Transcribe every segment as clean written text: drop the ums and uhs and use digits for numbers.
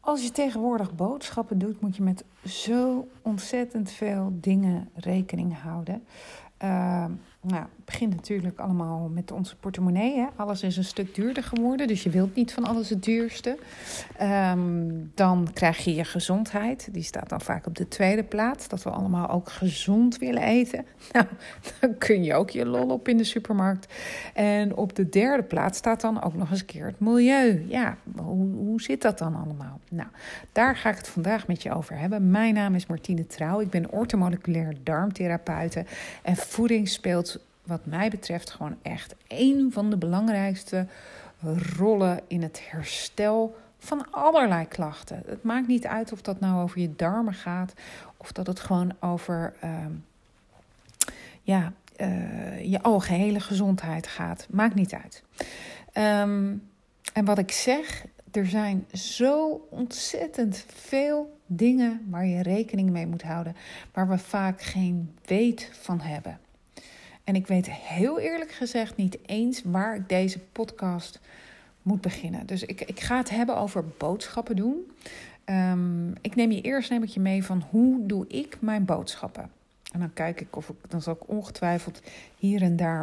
Als je tegenwoordig boodschappen doet, moet je met zo ontzettend veel dingen rekening houden. Het begint natuurlijk allemaal met onze portemonnee. Hè? Alles is een stuk duurder geworden, dus je wilt niet van alles het duurste. Dan krijg je je gezondheid. Die staat dan vaak op de tweede plaats. Dat we allemaal ook gezond willen eten. Nou, dan kun je ook je lol op in de supermarkt. En op de derde plaats staat dan ook nog eens een keer het milieu. Ja, hoe zit dat dan allemaal? Nou, daar ga ik het vandaag met je over hebben. Mijn naam is Martine Trouw. Ik ben orthomoleculair darmtherapeute. En voeding speelt wat mij betreft gewoon echt een van de belangrijkste rollen in het herstel van allerlei klachten. Het maakt niet uit of dat nou over je darmen gaat of dat het gewoon over je algehele gezondheid gaat. Maakt niet uit. En wat ik zeg, er zijn zo ontzettend veel dingen waar je rekening mee moet houden, waar we vaak geen weet van hebben. En ik weet heel eerlijk gezegd niet eens waar ik deze podcast moet beginnen. Dus ik ga het hebben over boodschappen doen. Ik neem je mee van hoe doe ik mijn boodschappen. En dan kijk ik dan zal ik ongetwijfeld hier en daar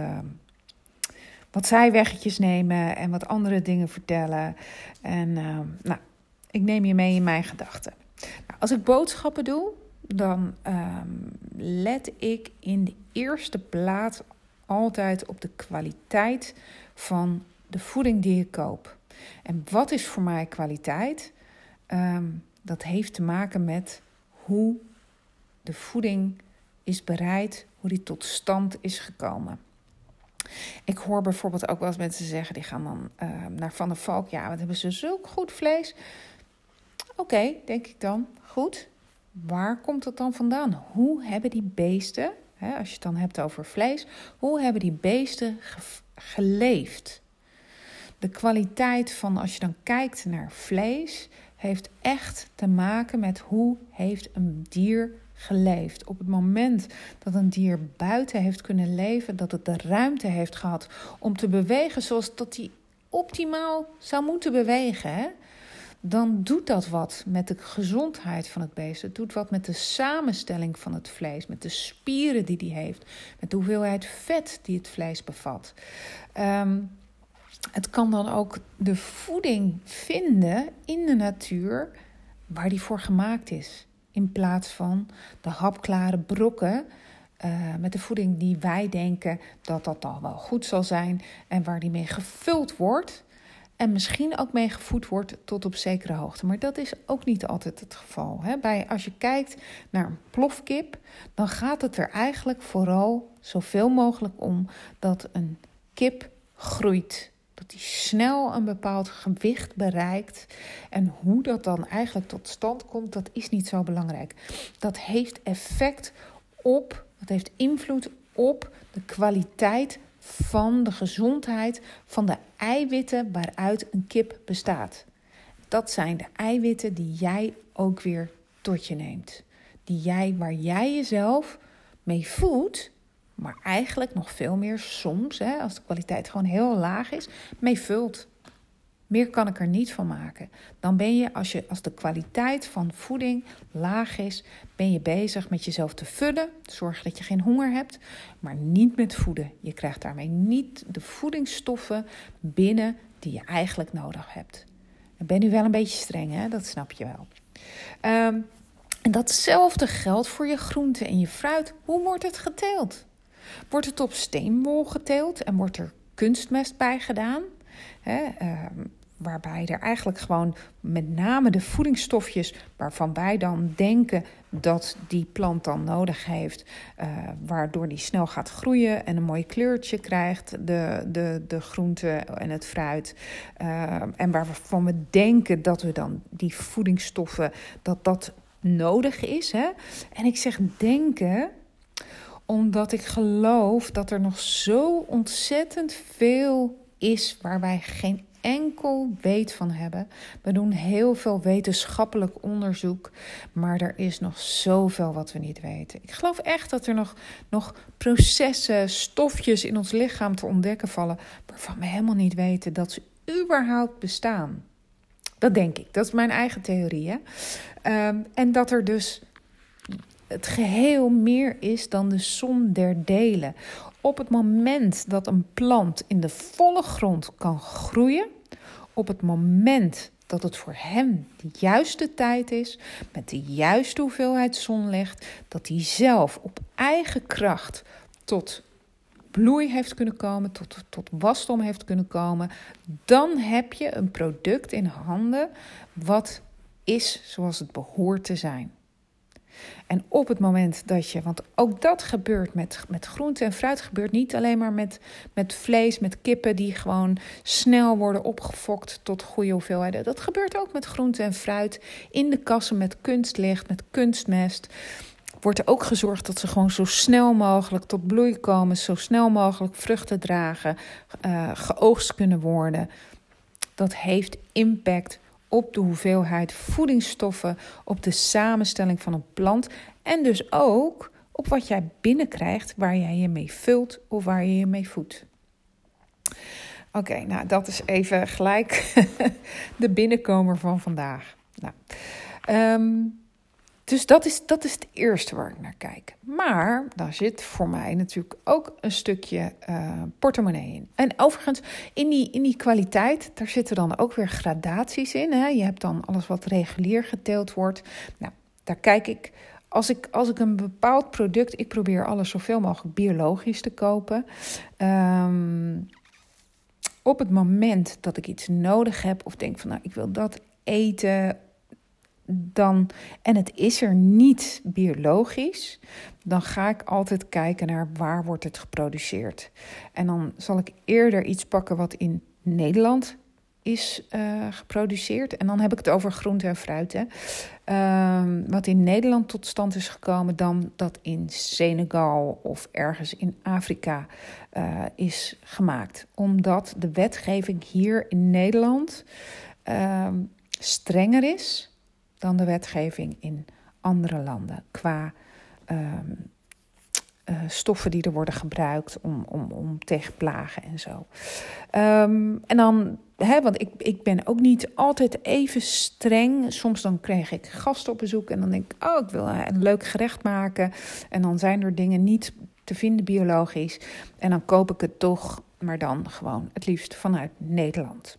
wat zijweggetjes nemen en wat andere dingen vertellen. En ik neem je mee in mijn gedachten. Nou, als ik boodschappen doe, dan let ik in de eerste plaats altijd op de kwaliteit van de voeding die ik koop. En wat is voor mij kwaliteit? Dat heeft te maken met hoe de voeding is bereid, hoe die tot stand is gekomen. Ik hoor bijvoorbeeld ook wel eens mensen zeggen, die gaan dan naar Van der Valk. Ja, wat hebben ze zulk goed vlees? Oké, denk ik dan, goed. Waar komt dat dan vandaan? Hoe hebben die beesten, als je het dan hebt over vlees, hoe hebben die beesten geleefd? De kwaliteit van, als je dan kijkt naar vlees, heeft echt te maken met hoe heeft een dier geleefd. Op het moment dat een dier buiten heeft kunnen leven, dat het de ruimte heeft gehad om te bewegen zoals dat hij optimaal zou moeten bewegen, dan doet dat wat met de gezondheid van het beest. Het doet wat met de samenstelling van het vlees, met de spieren die die heeft, met de hoeveelheid vet die het vlees bevat. Het kan dan ook de voeding vinden in de natuur waar die voor gemaakt is. In plaats van de hapklare brokken met de voeding die wij denken dat dat al wel goed zal zijn en waar die mee gevuld wordt. En misschien ook mee gevoed wordt tot op zekere hoogte. Maar dat is ook niet altijd het geval. Als je kijkt naar een plofkip, dan gaat het er eigenlijk vooral zoveel mogelijk om dat een kip groeit. Dat die snel een bepaald gewicht bereikt. En hoe dat dan eigenlijk tot stand komt, dat is niet zo belangrijk. Dat heeft invloed op de kwaliteit van de gezondheid van de eiwitten waaruit een kip bestaat. Dat zijn de eiwitten die jij ook weer tot je neemt. Waar jij jezelf mee voedt, maar eigenlijk nog veel meer soms, als de kwaliteit gewoon heel laag is, mee vult. Meer kan ik er niet van maken. Dan ben je, als de kwaliteit van voeding laag is, ben je bezig met jezelf te vullen. Zorg dat je geen honger hebt, maar niet met voeden. Je krijgt daarmee niet de voedingsstoffen binnen die je eigenlijk nodig hebt. Ik ben nu wel een beetje streng, dat snap je wel. En datzelfde geldt voor je groenten en je fruit. Hoe wordt het geteeld? Wordt het op steenwol geteeld en wordt er kunstmest bij gedaan? Waarbij er eigenlijk gewoon met name de voedingsstofjes waarvan wij dan denken dat die plant dan nodig heeft, waardoor die snel gaat groeien en een mooi kleurtje krijgt, de groente en het fruit. En waarvan we denken dat we dan die voedingsstoffen, dat nodig is. En ik zeg denken, omdat ik geloof dat er nog zo ontzettend veel is waar wij geen enkel weet van hebben. We doen heel veel wetenschappelijk onderzoek, maar er is nog zoveel wat we niet weten. Ik geloof echt dat er nog processen, stofjes in ons lichaam te ontdekken vallen, waarvan we helemaal niet weten dat ze überhaupt bestaan. Dat denk ik. Dat is mijn eigen theorie. Hè? En dat er dus het geheel meer is dan de som der delen. Op het moment dat een plant in de volle grond kan groeien, op het moment dat het voor hem de juiste tijd is, met de juiste hoeveelheid zonlicht, dat hij zelf op eigen kracht tot bloei heeft kunnen komen, tot wasdom heeft kunnen komen, dan heb je een product in handen wat is zoals het behoort te zijn. En op het moment dat je, want ook dat gebeurt met groente en fruit, gebeurt niet alleen maar met vlees, met kippen die gewoon snel worden opgefokt tot goede hoeveelheden. Dat gebeurt ook met groente en fruit in de kassen met kunstlicht, met kunstmest. Wordt er ook gezorgd dat ze gewoon zo snel mogelijk tot bloei komen, zo snel mogelijk vruchten dragen, geoogst kunnen worden. Dat heeft impact op de hoeveelheid voedingsstoffen, op de samenstelling van een plant en dus ook op wat jij binnenkrijgt, waar jij je mee vult of waar je je mee voedt. Oké, nou dat is even gelijk de binnenkomer van vandaag. Dus dat is het eerste waar ik naar kijk. Maar daar zit voor mij natuurlijk ook een stukje portemonnee in. En overigens, in die kwaliteit, daar zitten dan ook weer gradaties in. Hè? Je hebt dan alles wat regulier geteeld wordt. Nou, daar kijk ik. Als ik een bepaald product, ik probeer alles zoveel mogelijk biologisch te kopen. Op het moment dat ik iets nodig heb of denk van nou, ik wil dat eten, en het is er niet biologisch, dan ga ik altijd kijken naar waar wordt het geproduceerd. En dan zal ik eerder iets pakken wat in Nederland is geproduceerd. En dan heb ik het over groente en fruit. Hè. Wat in Nederland tot stand is gekomen dan dat in Senegal of ergens in Afrika is gemaakt. Omdat de wetgeving hier in Nederland strenger is dan de wetgeving in andere landen. Qua stoffen die er worden gebruikt om tegen plagen en zo. En dan, want ik ben ook niet altijd even streng. Soms dan krijg ik gasten op bezoek en dan denk ik, ik wil een leuk gerecht maken. En dan zijn er dingen niet te vinden biologisch. En dan koop ik het toch, maar dan gewoon het liefst vanuit Nederland.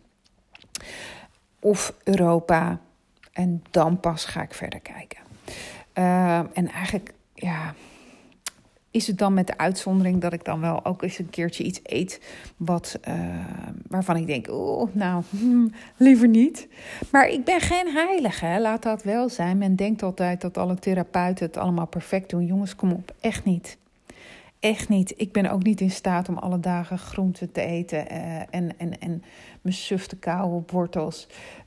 Of Europa. En dan pas ga ik verder kijken. En eigenlijk, is het dan met de uitzondering dat ik dan wel ook eens een keertje iets eet waarvan ik denk, liever niet. Maar ik ben geen heilige, laat dat wel zijn. Men denkt altijd dat alle therapeuten het allemaal perfect doen. Jongens, kom op, echt niet. Echt niet. Ik ben ook niet in staat om alle dagen groenten te eten en mijn suf te kauwen op wortels.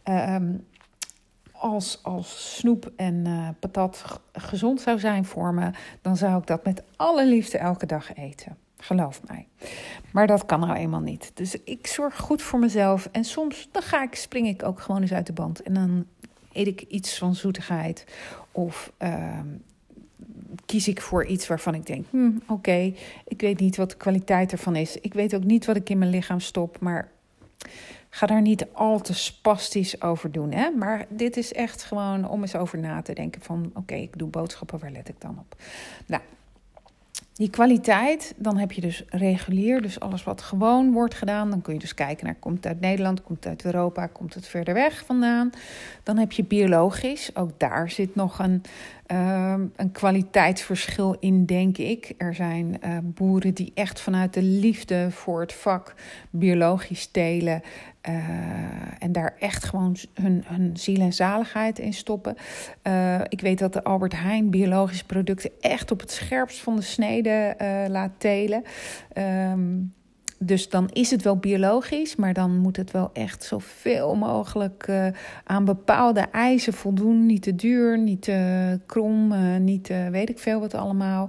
Als snoep en patat gezond zou zijn voor me, dan zou ik dat met alle liefde elke dag eten. Geloof mij. Maar dat kan nou eenmaal niet. Dus ik zorg goed voor mezelf. En soms dan spring ik ook gewoon eens uit de band. En dan eet ik iets van zoetigheid. Of kies ik voor iets waarvan ik denk, oké, ik weet niet wat de kwaliteit ervan is. Ik weet ook niet wat ik in mijn lichaam stop, maar ga daar niet al te spastisch over doen. Hè? Maar dit is echt gewoon om eens over na te denken van, oké, ik doe boodschappen, waar let ik dan op? Nou, die kwaliteit, dan heb je dus regulier, dus alles wat gewoon wordt gedaan. Dan kun je dus kijken naar, komt het uit Nederland, komt het uit Europa, komt het verder weg vandaan. Dan heb je biologisch, ook daar zit nog een kwaliteitsverschil in, denk ik. Er zijn boeren die echt vanuit de liefde voor het vak biologisch telen. En daar echt gewoon hun ziel en zaligheid in stoppen. Ik weet dat de Albert Heijn biologische producten echt op het scherpst van de snede laat telen. Dus dan is het wel biologisch, maar dan moet het wel echt zoveel mogelijk aan bepaalde eisen voldoen. Niet te duur, niet te krom, niet weet ik veel wat allemaal.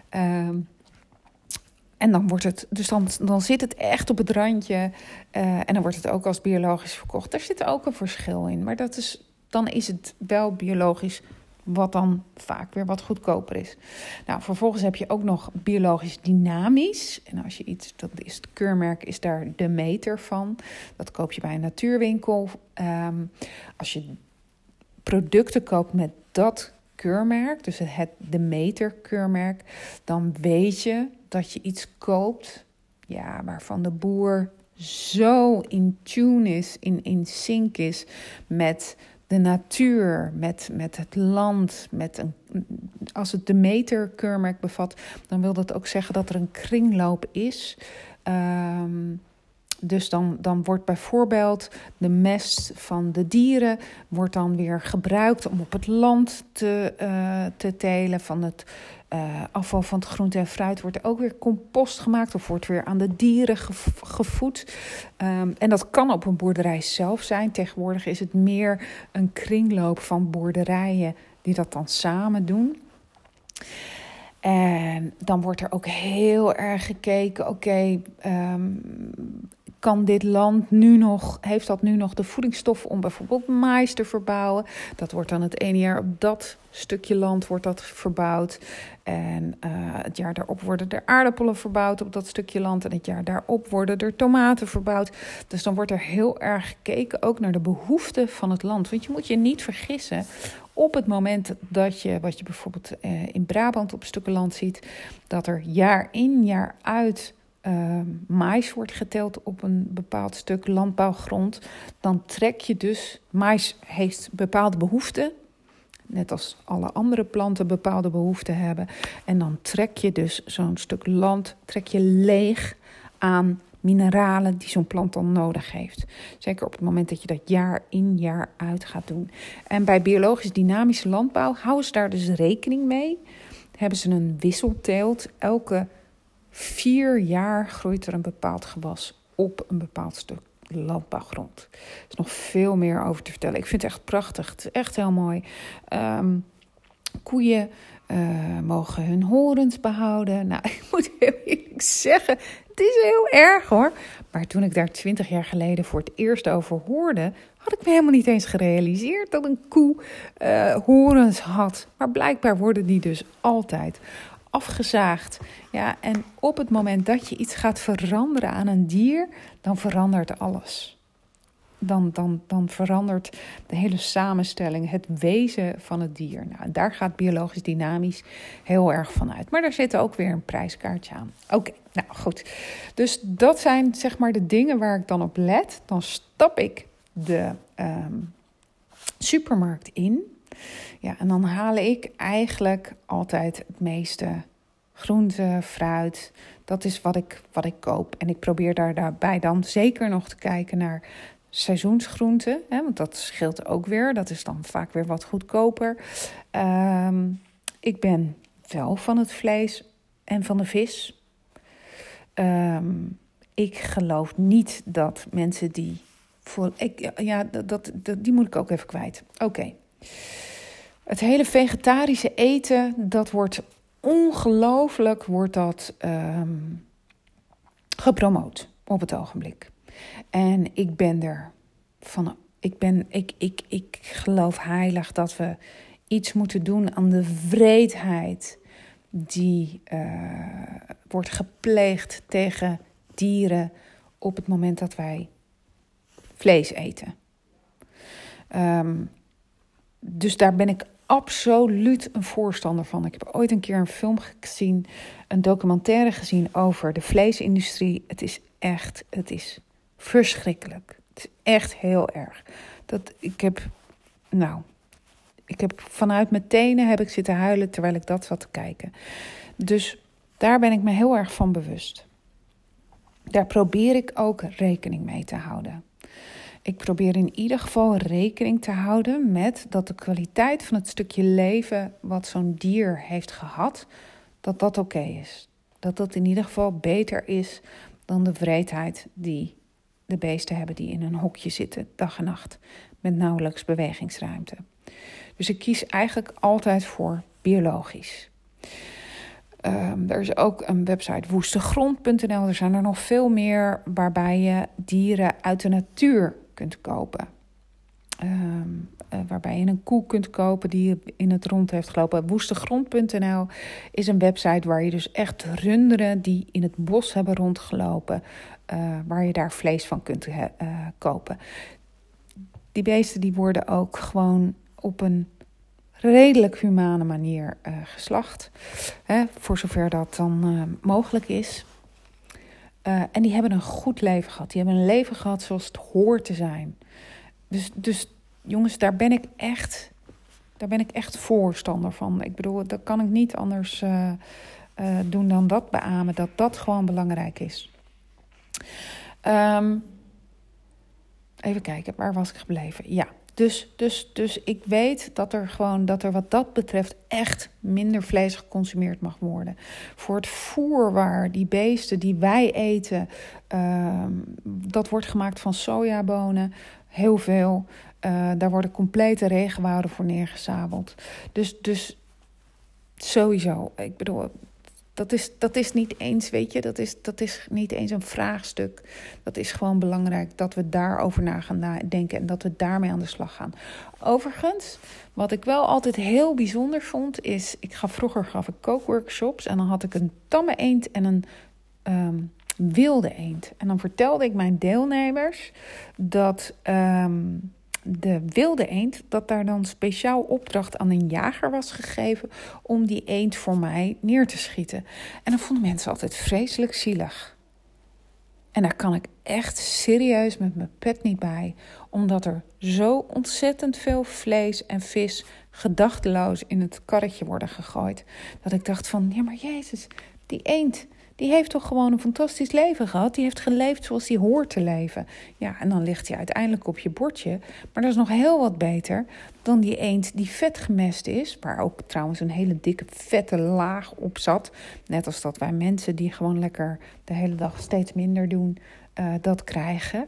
En dan wordt het, dus dan zit het echt op het randje. En dan wordt het ook als biologisch verkocht. Daar zit ook een verschil in. Maar dan is het wel biologisch Wat dan vaak weer wat goedkoper is. Nou, vervolgens heb je ook nog biologisch dynamisch. En als je iets, dat is het keurmerk, is daar de meter van. Dat koop je bij een natuurwinkel. Als je producten koopt met dat keurmerk, dus de meter keurmerk, dan weet je dat je iets koopt, ja, waarvan de boer zo in tune is, in sync is met de natuur, met het land. Als het de meterkeurmerk bevat, dan wil dat ook zeggen dat er een kringloop is. Dus dan wordt bijvoorbeeld de mest van de dieren wordt dan weer gebruikt om op het land te telen. Van het afval van het groente en fruit wordt er ook weer compost gemaakt of wordt weer aan de dieren gevoed. En dat kan op een boerderij zelf zijn. Tegenwoordig is het meer een kringloop van boerderijen die dat dan samen doen. En dan wordt er ook heel erg gekeken, kan dit land heeft dat nu nog de voedingsstoffen om bijvoorbeeld mais te verbouwen? Dat wordt dan het ene jaar op dat stukje land wordt dat verbouwd. En het jaar daarop worden er aardappelen verbouwd op dat stukje land. En het jaar daarop worden er tomaten verbouwd. Dus dan wordt er heel erg gekeken ook naar de behoeften van het land. Want je moet je niet vergissen, op het moment dat wat je bijvoorbeeld in Brabant op stukken land ziet, dat er jaar in jaar uit mais wordt geteld op een bepaald stuk landbouwgrond, dan trek je dus, mais heeft bepaalde behoeften, net als alle andere planten bepaalde behoeften hebben. En dan trek je dus zo'n stuk land leeg aan mineralen die zo'n plant dan nodig heeft. Zeker op het moment dat je dat jaar in jaar uit gaat doen. En bij biologisch dynamische landbouw houden ze daar dus rekening mee. Hebben ze een wisselteelt. Elke 4 jaar groeit er een bepaald gewas op een bepaald stuk landbouwgrond. Er is nog veel meer over te vertellen. Ik vind het echt prachtig. Het is echt heel mooi. Koeien mogen hun horens behouden. Nou, ik moet heel eerlijk zeggen, het is heel erg hoor. Maar toen ik daar 20 jaar geleden voor het eerst over hoorde, had ik me helemaal niet eens gerealiseerd dat een koe horens had. Maar blijkbaar worden die dus altijd afgezaagd. Ja, en op het moment dat je iets gaat veranderen aan een dier, dan verandert alles. Dan verandert de hele samenstelling, het wezen van het dier. Nou, daar gaat biologisch dynamisch heel erg van uit. Maar daar zit ook weer een prijskaartje aan. Oké, nou goed. Dus dat zijn zeg maar de dingen waar ik dan op let. Dan stap ik de supermarkt in. Ja, en dan haal ik eigenlijk altijd het meeste groente, fruit. Dat is wat ik koop. En ik probeer daarbij dan zeker nog te kijken naar seizoensgroenten. Want dat scheelt ook weer. Dat is dan vaak weer wat goedkoper. Ik ben wel van het vlees en van de vis. Ik geloof niet dat mensen die die moet ik ook even kwijt. Oké. Het hele vegetarische eten, dat wordt ongelooflijk gepromoot op het ogenblik. En ik ben er van. Ik geloof heilig dat we iets moeten doen aan de wreedheid die wordt gepleegd tegen dieren op het moment dat wij vlees eten. Dus daar ben ik absoluut een voorstander van. Ik heb ooit een keer een film gezien, een documentaire gezien over de vleesindustrie. Het is verschrikkelijk. Het is echt heel erg. Ik heb vanuit mijn tenen zitten huilen terwijl ik dat zat te kijken. Dus daar ben ik me heel erg van bewust. Daar probeer ik ook rekening mee te houden. Ik probeer in ieder geval rekening te houden met dat de kwaliteit van het stukje leven wat zo'n dier heeft gehad, dat oké is. Dat in ieder geval beter is dan de wreedheid die de beesten hebben die in een hokje zitten, dag en nacht, met nauwelijks bewegingsruimte. Dus ik kies eigenlijk altijd voor biologisch. Er is ook een website woestegrond.nl. Er zijn er nog veel meer waarbij je dieren uit de natuur kunt kopen. waarbij je een koe kunt kopen die in het rond heeft gelopen. Woestegrond.nl is een website waar je dus echt runderen die in het bos hebben rondgelopen, waar je daar vlees van kunt kopen. Die beesten die worden ook gewoon op een redelijk humane manier geslacht. Voor zover dat dan mogelijk is. En die hebben een goed leven gehad. Die hebben een leven gehad zoals het hoort te zijn. Dus jongens, daar ben ik echt voorstander van. Ik bedoel, dat kan ik niet anders doen dan dat beamen. Dat gewoon belangrijk is. Even kijken, waar was ik gebleven? Ja, dus ik weet dat er wat dat betreft echt minder vlees geconsumeerd mag worden. Voor het voer waar die beesten die wij eten, dat wordt gemaakt van sojabonen, heel veel. Daar worden complete regenwouden voor neergezabeld. Dus sowieso, ik bedoel, dat is niet eens, weet je, dat is niet eens een vraagstuk. Dat is gewoon belangrijk dat we daarover na gaan denken en dat we daarmee aan de slag gaan. Overigens, wat ik wel altijd heel bijzonder vond, is, vroeger gaf ik kookworkshops en dan had ik een tamme eend en een wilde eend. En dan vertelde ik mijn deelnemers dat de wilde eend, dat daar dan speciaal opdracht aan een jager was gegeven om die eend voor mij neer te schieten. En dan vonden mensen altijd vreselijk zielig. En daar kan ik echt serieus met mijn pet niet bij, omdat er zo ontzettend veel vlees en vis gedachteloos in het karretje worden gegooid, dat ik dacht van, ja maar Jezus, die eend, die heeft toch gewoon een fantastisch leven gehad. Die heeft geleefd zoals die hoort te leven. Ja, en dan ligt hij uiteindelijk op je bordje. Maar dat is nog heel wat beter dan die eend die vet gemest is. Waar ook trouwens een hele dikke vette laag op zat. Net als dat wij mensen die gewoon lekker de hele dag steeds minder doen, dat krijgen.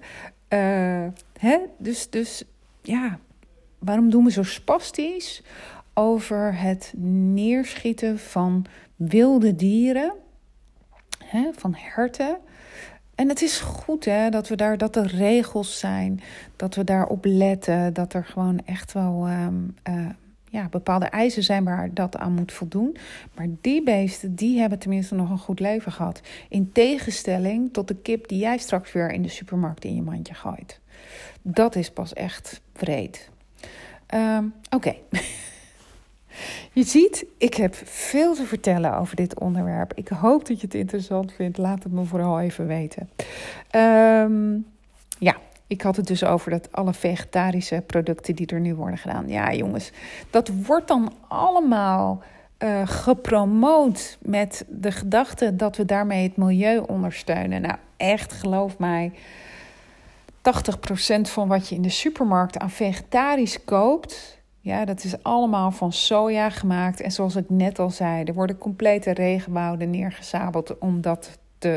Dus ja, waarom doen we zo spastisch over het neerschieten van wilde dieren? Van herten. En het is goed dat er regels zijn, dat we daarop letten, dat er gewoon echt wel bepaalde eisen zijn waar dat aan moet voldoen. Maar die beesten, die hebben tenminste nog een goed leven gehad. In tegenstelling tot de kip die jij straks weer in de supermarkt in je mandje gooit. Dat is pas echt wreed. Oké. Je ziet, ik heb veel te vertellen over dit onderwerp. Ik hoop dat je het interessant vindt. Laat het me vooral even weten. Ik had het dus over alle vegetarische producten die er nu worden gedaan. Ja, jongens, dat wordt dan allemaal gepromoot met de gedachte dat we daarmee het milieu ondersteunen. Nou, echt, geloof mij, 80% van wat je in de supermarkt aan vegetarisch koopt, ja, dat is allemaal van soja gemaakt. En zoals ik net al zei, er worden complete regenwouden neergezabeld om dat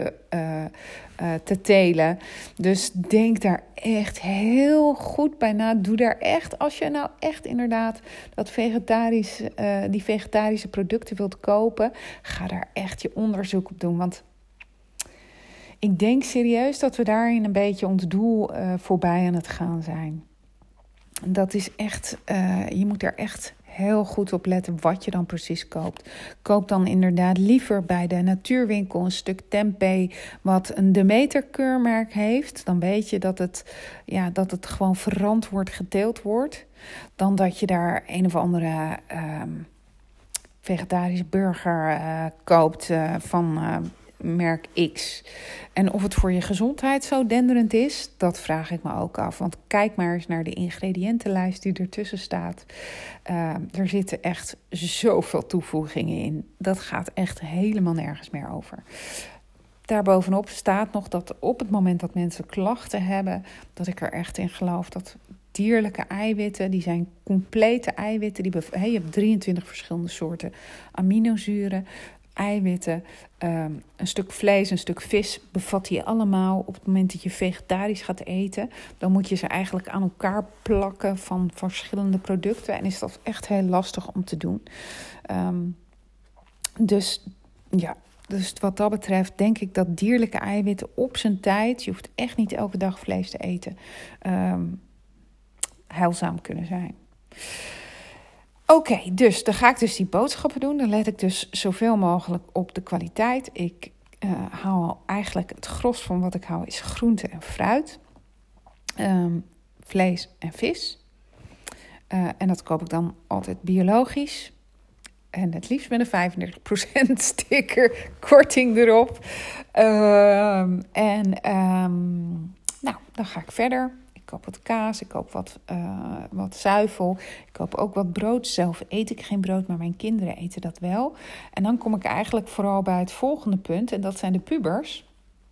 te telen. Dus denk daar echt heel goed bij na. Doe daar echt, als je nou echt inderdaad die vegetarische producten wilt kopen, ga daar echt je onderzoek op doen. Want ik denk serieus dat we daarin een beetje ons doel voorbij aan het gaan zijn. Dat is echt, je moet er echt heel goed op letten wat je dan precies koopt. Koop dan inderdaad liever bij de natuurwinkel een stuk tempeh wat een Demeter-keurmerk heeft. Dan weet je dat het gewoon verantwoord geteeld wordt. Dan dat je daar een of andere vegetarische burger koopt van merk X. En of het voor je gezondheid zo denderend is, dat vraag ik me ook af. Want kijk maar eens naar de ingrediëntenlijst die ertussen staat. Er zitten echt zoveel toevoegingen in. Dat gaat echt helemaal nergens meer over. Daarbovenop staat nog dat op het moment dat mensen klachten hebben, dat ik er echt in geloof dat dierlijke eiwitten, die zijn complete eiwitten. Je hebt 23 verschillende soorten aminozuren. Eiwitten, een stuk vlees, een stuk vis bevat die allemaal. Op het moment dat je vegetarisch gaat eten, dan moet je ze eigenlijk aan elkaar plakken van verschillende producten. En is dat echt heel lastig om te doen. Dus wat dat betreft denk ik dat dierlijke eiwitten op zijn tijd, je hoeft echt niet elke dag vlees te eten, heilzaam kunnen zijn. Oké, dus dan ga ik dus die boodschappen doen. Dan let ik dus zoveel mogelijk op de kwaliteit. Ik hou eigenlijk het gros van wat ik hou is groente en fruit. Vlees en vis. En dat koop ik dan altijd biologisch. En het liefst met een 35% sticker korting erop. Nou, dan ga ik verder. Ik koop wat kaas, ik koop wat zuivel. Ik koop ook wat brood. Zelf eet ik geen brood, maar mijn kinderen eten dat wel. En dan kom ik eigenlijk vooral bij het volgende punt. En dat zijn de pubers.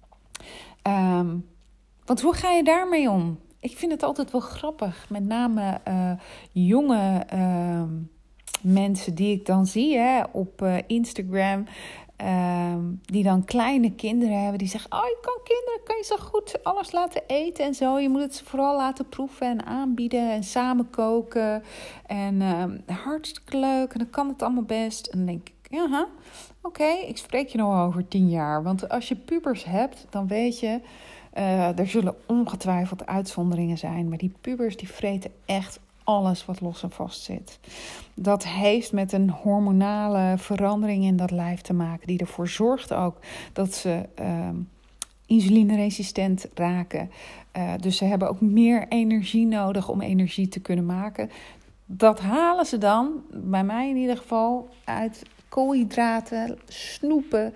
Want hoe ga je daarmee om? Ik vind het altijd wel grappig. Met name jonge mensen die ik dan zie op Instagram. Die dan kleine kinderen hebben. Die zeggen, je kan je zo goed alles laten eten en zo. Je moet het vooral laten proeven en aanbieden en samen koken. En hartstikke leuk. En dan kan het allemaal best. En dan denk ik, oké, ik spreek je nog over 10 jaar. Want als je pubers hebt, dan weet je... er zullen ongetwijfeld uitzonderingen zijn. Maar die pubers die vreten echt alles wat los en vast zit. Dat heeft met een hormonale verandering in dat lijf te maken. Die ervoor zorgt ook dat ze insulineresistent raken. Dus ze hebben ook meer energie nodig om energie te kunnen maken. Dat halen ze dan, bij mij in ieder geval, uit koolhydraten, snoepen.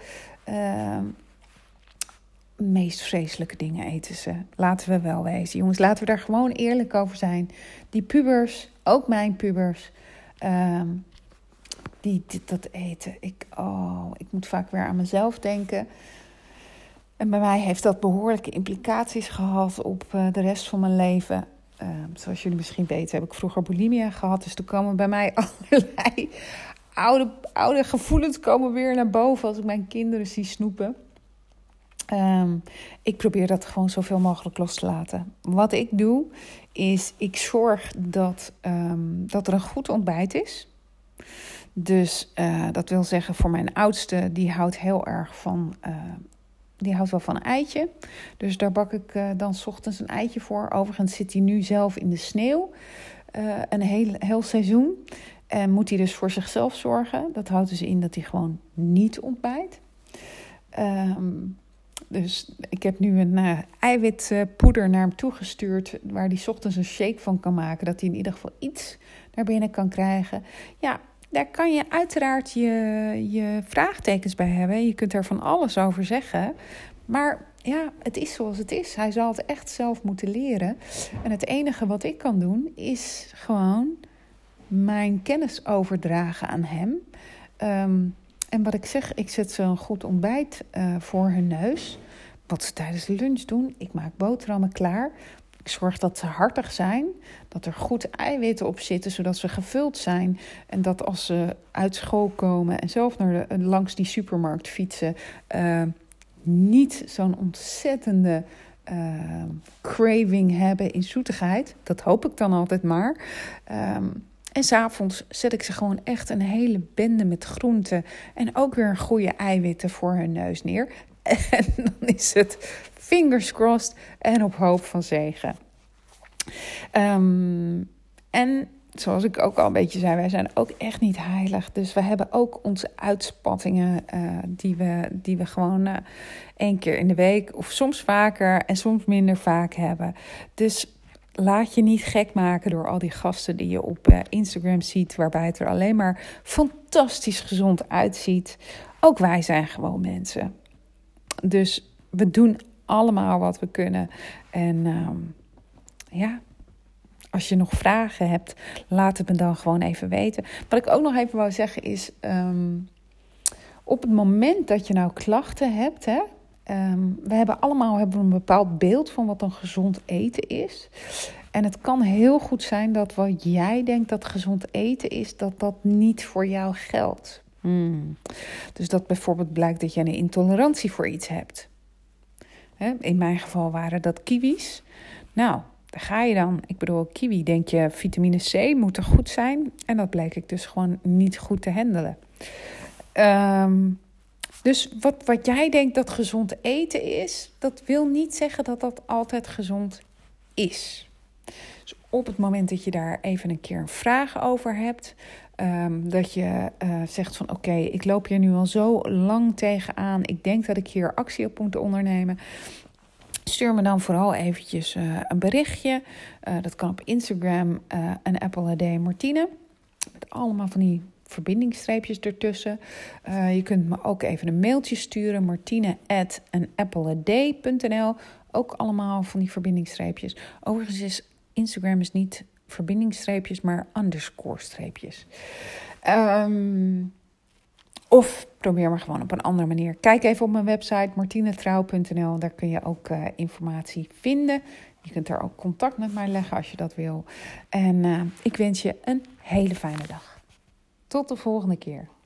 Meest vreselijke dingen eten ze. Laten we wel wezen. Jongens, laten we daar gewoon eerlijk over zijn. Die pubers, ook mijn pubers, die dat eten. Ik moet vaak weer aan mezelf denken. En bij mij heeft dat behoorlijke implicaties gehad op de rest van mijn leven. Zoals jullie misschien weten, heb ik vroeger bulimia gehad. Dus toen komen bij mij allerlei oude gevoelens komen weer naar boven als ik mijn kinderen zie snoepen. Ik probeer dat gewoon zoveel mogelijk los te laten. Wat ik doe, is ik zorg dat er een goed ontbijt is. Dus dat wil zeggen voor mijn oudste, die houdt heel erg van... Die houdt wel van een eitje. Dus daar bak ik dan 's ochtends een eitje voor. Overigens zit hij nu zelf in de sneeuw. Een heel seizoen. En moet hij dus voor zichzelf zorgen. Dat houdt dus in dat hij gewoon niet ontbijt. Dus ik heb nu een eiwitpoeder naar hem toegestuurd... waar hij 's ochtends een shake van kan maken. Dat hij in ieder geval iets naar binnen kan krijgen. Ja, daar kan je uiteraard je vraagtekens bij hebben. Je kunt er van alles over zeggen. Maar ja, het is zoals het is. Hij zal het echt zelf moeten leren. En het enige wat ik kan doen is gewoon mijn kennis overdragen aan hem. En wat ik zeg, ik zet ze een goed ontbijt voor hun neus. Wat ze tijdens de lunch doen. Ik maak boterhammen klaar. Ik zorg dat ze hartig zijn. Dat er goed eiwitten op zitten, zodat ze gevuld zijn. En dat als ze uit school komen en zelf langs die supermarkt fietsen... niet zo'n ontzettende craving hebben in zoetigheid. Dat hoop ik dan altijd maar. En 's avonds zet ik ze gewoon echt een hele bende met groenten. En ook weer goede eiwitten voor hun neus neer. En dan is het fingers crossed en op hoop van zegen. En zoals ik ook al een beetje zei, wij zijn ook echt niet heilig. Dus we hebben ook onze uitspattingen die we gewoon 1 keer in de week... of soms vaker en soms minder vaak hebben. Dus laat je niet gek maken door al die gasten die je op Instagram ziet... waarbij het er alleen maar fantastisch gezond uitziet. Ook wij zijn gewoon mensen. Dus we doen allemaal wat we kunnen. En als je nog vragen hebt, laat het me dan gewoon even weten. Wat ik ook nog even wou zeggen is... op het moment dat je nou klachten hebt... we hebben allemaal een bepaald beeld van wat een gezond eten is. En het kan heel goed zijn dat wat jij denkt dat gezond eten is... dat niet voor jou geldt. Dus dat bijvoorbeeld blijkt dat je een intolerantie voor iets hebt. In mijn geval waren dat kiwis. Nou, daar ga je dan. Ik bedoel, kiwi, denk je, vitamine C moet er goed zijn. En dat bleek ik dus gewoon niet goed te handelen. Dus wat jij denkt dat gezond eten is... dat wil niet zeggen dat dat altijd gezond is. Dus op het moment dat je daar even een keer een vraag over hebt, dat je zegt van oké, ik loop hier nu al zo lang tegenaan. Ik denk dat ik hier actie op moet ondernemen. Stuur me dan vooral eventjes een berichtje. Dat kan op Instagram, een apple a day Martine. Met allemaal van die verbindingsstreepjes ertussen. Je kunt me ook even een mailtje sturen. martine@anappleaday.nl. Ook allemaal van die verbindingsstreepjes. Overigens is Instagram is niet verbindingsstreepjes, maar _streepjes. Of probeer maar gewoon op een andere manier. Kijk even op mijn website martinetrouw.nl. Daar kun je ook informatie vinden. Je kunt daar ook contact met mij leggen als je dat wil. En ik wens je een hele fijne dag. Tot de volgende keer.